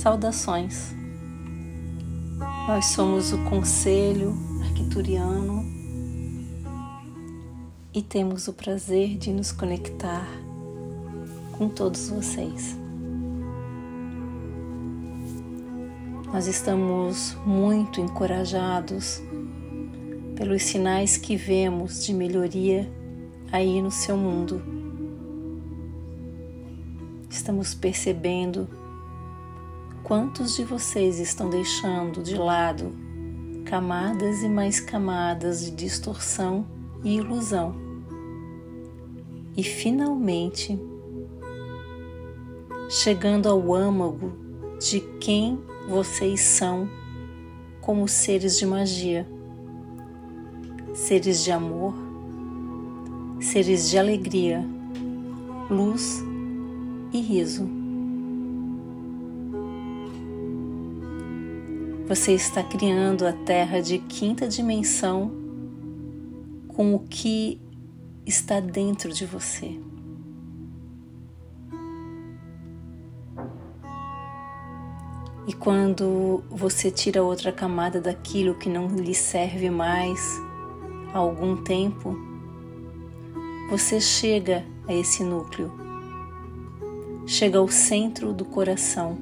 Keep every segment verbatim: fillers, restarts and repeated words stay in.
Saudações! Nós somos o Conselho Arcturiano e temos o prazer de nos conectar com todos vocês. Nós estamos muito encorajados pelos sinais que vemos de melhoria aí no seu mundo. Estamos percebendo quantos de vocês estão deixando de lado camadas e mais camadas de distorção e ilusão e finalmente chegando ao âmago de quem vocês são como seres de magia, seres de amor, seres de alegria, luz e riso. Você está criando a Terra de quinta dimensão com o que está dentro de você. E quando você tira outra camada daquilo que não lhe serve mais há algum tempo, você chega a esse núcleo, chega ao centro do coração,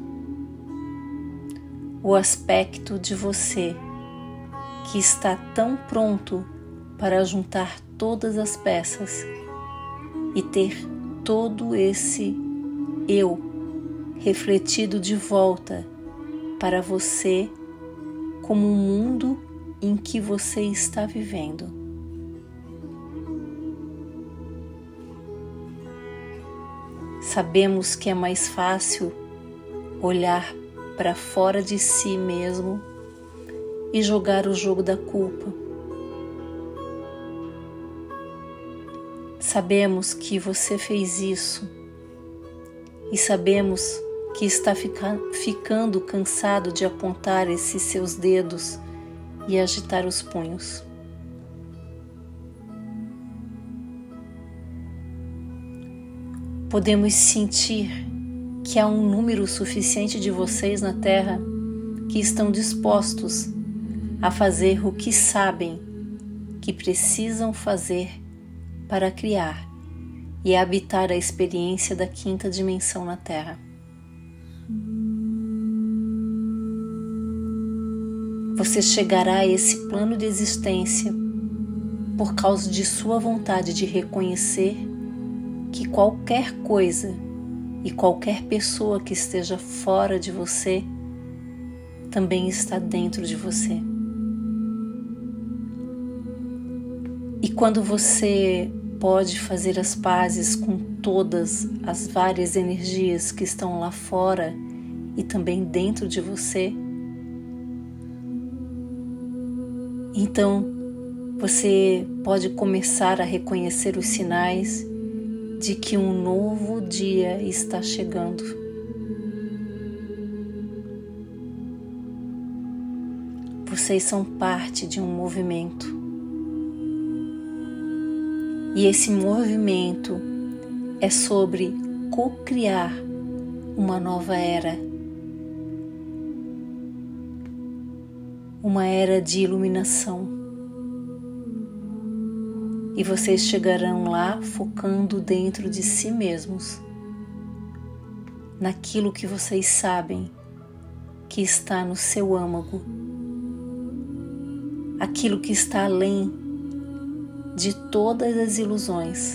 o aspecto de você que está tão pronto para juntar todas as peças e ter todo esse eu refletido de volta para você como o mundo em que você está vivendo. Sabemos que é mais fácil olhar para fora de si mesmo e jogar o jogo da culpa. Sabemos que você fez isso e sabemos que está fica, ficando cansado de apontar esses seus dedos e agitar os punhos. Podemos sentir que há um número suficiente de vocês na Terra que estão dispostos a fazer o que sabem que precisam fazer para criar e habitar a experiência da quinta dimensão na Terra. Você chegará a esse plano de existência por causa de sua vontade de reconhecer que qualquer coisa e qualquer pessoa que esteja fora de você também está dentro de você. E quando você pode fazer as pazes com todas as várias energias que estão lá fora e também dentro de você, então você pode começar a reconhecer os sinais de que um novo dia está chegando. Vocês são parte de um movimento. E esse movimento é sobre co-criar uma nova era. Uma era de iluminação. E vocês chegarão lá focando dentro de si mesmos, naquilo que vocês sabem que está no seu âmago, aquilo que está além de todas as ilusões.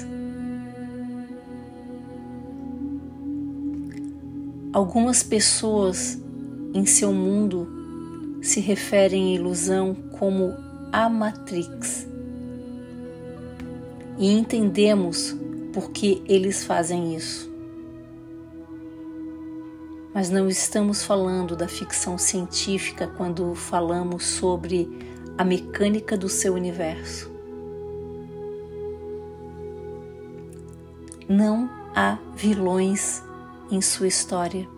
Algumas pessoas em seu mundo se referem à ilusão como a Matrix. E entendemos por que eles fazem isso. Mas não estamos falando da ficção científica quando falamos sobre a mecânica do seu universo. Não há vilões em sua história.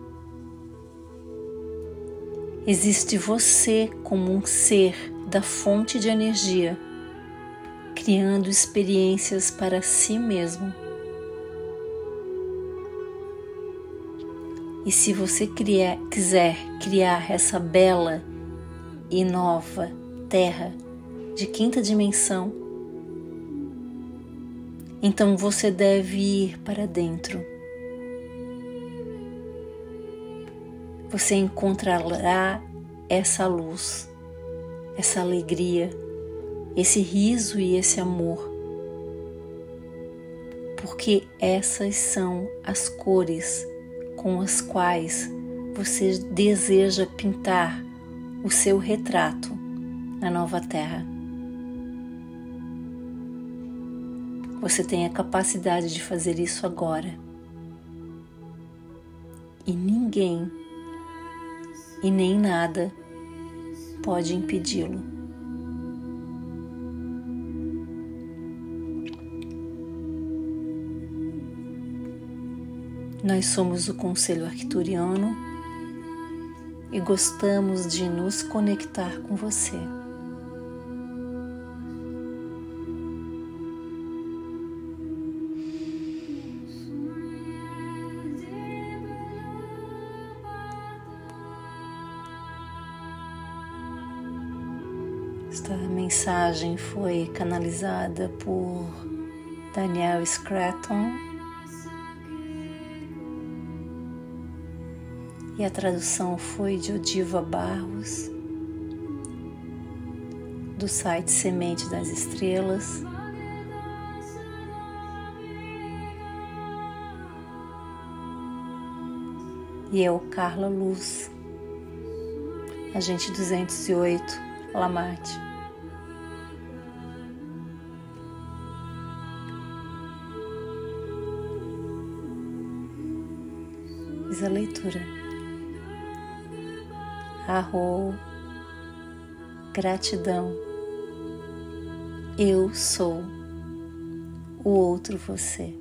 Existe você como um ser da fonte de energia, criando experiências para si mesmo. E se você criar, quiser criar essa bela e nova Terra de quinta dimensão, então você deve ir para dentro. Você encontrará essa luz, essa alegria, esse riso e esse amor, porque essas são as cores com as quais você deseja pintar o seu retrato na nova Terra. Você tem a capacidade de fazer isso agora. E ninguém e nem nada pode impedi-lo. Nós somos o Conselho Arcturiano e gostamos de nos conectar com você. Esta mensagem foi canalizada por Daniel Scraton e a tradução foi de Odiva Barros, do site Semente das Estrelas. E eu, Carla Luz, agente duzentos e oito, Lamarte. Fiz a leitura. Arro, gratidão. Eu sou o outro você.